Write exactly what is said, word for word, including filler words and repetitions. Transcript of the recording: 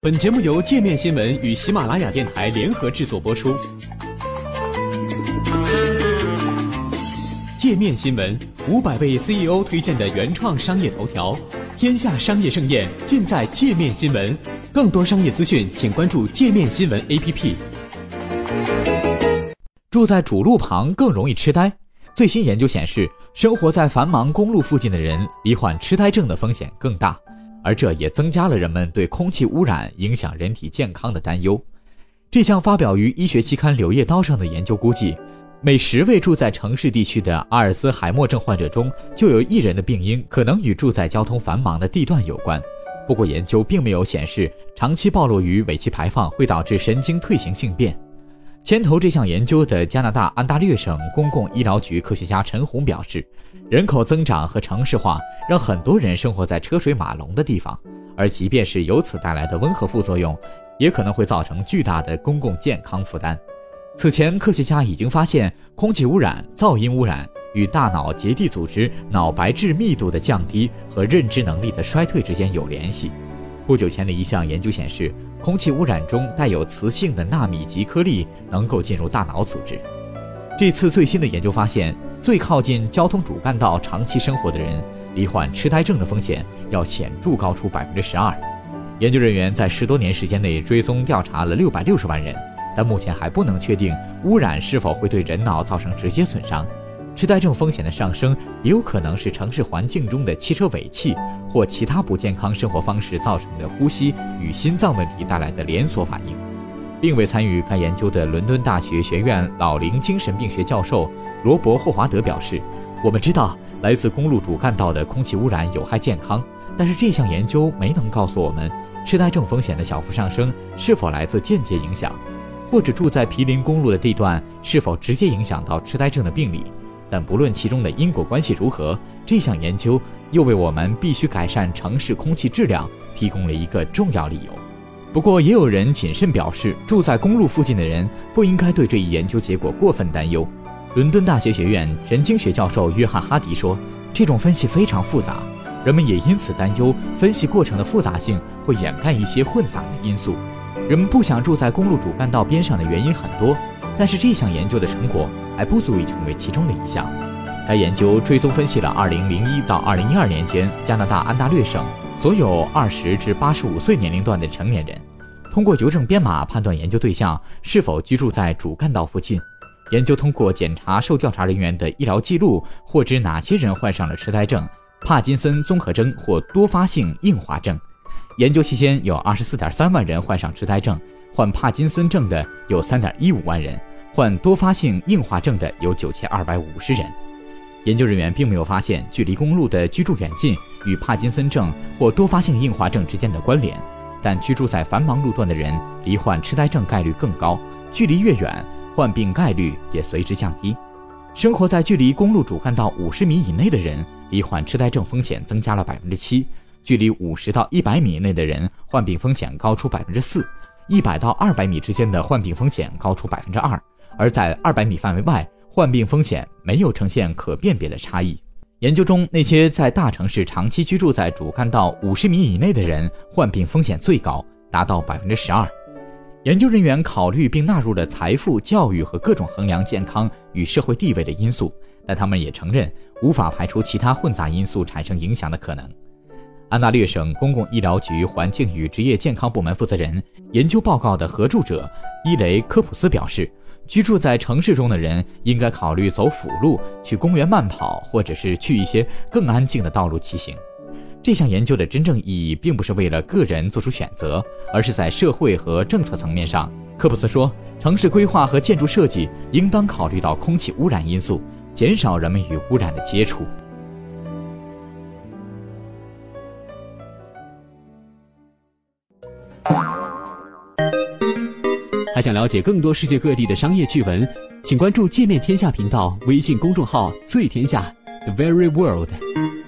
本节目由界面新闻与喜马拉雅电台联合制作播出。界面新闻五百位 C E O 推荐的原创商业头条，天下商业盛宴尽在界面新闻。更多商业资讯，请关注界面新闻 A P P。 住在主路旁更容易痴呆。最新研究显示，生活在繁忙公路附近的人，罹患痴呆症的风险更大。而这也增加了人们对空气污染影响人体健康的担忧。这项发表于医学期刊《柳叶刀》上的研究估计，每十位住在城市地区的阿尔茨海默症患者中，就有一人的病因可能与住在交通繁忙的地段有关。不过，研究并没有显示长期暴露于尾气排放会导致神经退行性变。牵头这项研究的加拿大安大略省公共医疗局科学家陈红表示，人口增长和城市化让很多人生活在车水马龙的地方，而即便是由此带来的温和副作用，也可能会造成巨大的公共健康负担。此前，科学家已经发现空气污染、噪音污染与大脑结缔组织脑白质密度的降低和认知能力的衰退之间有联系。不久前的一项研究显示，空气污染中带有磁性的纳米级颗粒能够进入大脑组织。这次最新的研究发现，最靠近交通主干道长期生活的人，罹患痴呆症的风险要显著高出 百分之十二。 研究人员在十多年时间内追踪调查了六百六十万人，但目前还不能确定污染是否会对人脑造成直接损伤。痴呆症风险的上升也有可能是城市环境中的汽车尾气或其他不健康生活方式造成的呼吸与心脏问题带来的连锁反应。并未参与该研究的伦敦大学学院老龄精神病学教授罗伯·霍华德表示，我们知道来自公路主干道的空气污染有害健康，但是这项研究没能告诉我们痴呆症风险的小幅上升是否来自间接影响，或者住在毗邻公路的地段是否直接影响到痴呆症的病理。但不论其中的因果关系如何，这项研究又为我们必须改善城市空气质量提供了一个重要理由。不过，也有人谨慎表示，住在公路附近的人不应该对这一研究结果过分担忧。伦敦大学学院神经学教授约翰·哈迪说，这种分析非常复杂，人们也因此担忧分析过程的复杂性会掩盖一些混杂的因素。人们不想住在公路主干道边上的原因很多，但是这项研究的成果还不足以成为其中的一项。该研究追踪分析了二零零一到二零一二年间加拿大安大略省所有二十至八十五岁年龄段的成年人，通过邮政编码判断研究对象是否居住在主干道附近。研究通过检查受调查人员的医疗记录，获知哪些人患上了痴呆症、帕金森综合征或多发性硬化症。研究期间有 二十四点三万人患上痴呆症，患帕金森症的有 三点一五万人，患多发性硬化症的有九千二百五十人。研究人员并没有发现距离公路的居住远近与帕金森症或多发性硬化症之间的关联，但居住在繁忙路段的人罹患痴呆症概率更高，距离越远，患病概率也随之降低。生活在距离公路主干道五十米以内的人，罹患痴呆症风险增加了 百分之七， 距离五十到一百米以内的人患病风险高出 百分之四， 一百到二百米之间的患病风险高出 百分之二， 而在二百米范围外，患病风险没有呈现可辨别的差异。研究中，那些在大城市长期居住在主干道五十米以内的人患病风险最高，达到 百分之十二。 研究人员考虑并纳入了财富、教育和各种衡量健康与社会地位的因素，但他们也承认无法排除其他混杂因素产生影响的可能。安大略省公共医疗局环境与职业健康部门负责人、研究报告的合著者伊雷科普斯表示，居住在城市中的人应该考虑走辅路，去公园慢跑，或者是去一些更安静的道路骑行。这项研究的真正意义并不是为了个人做出选择，而是在社会和政策层面上。科普斯说，城市规划和建筑设计应当考虑到空气污染因素，减少人们与污染的接触。 还想了解更多世界各地的商业趣闻，请关注界面天下频道微信公众号最天下 The Very World。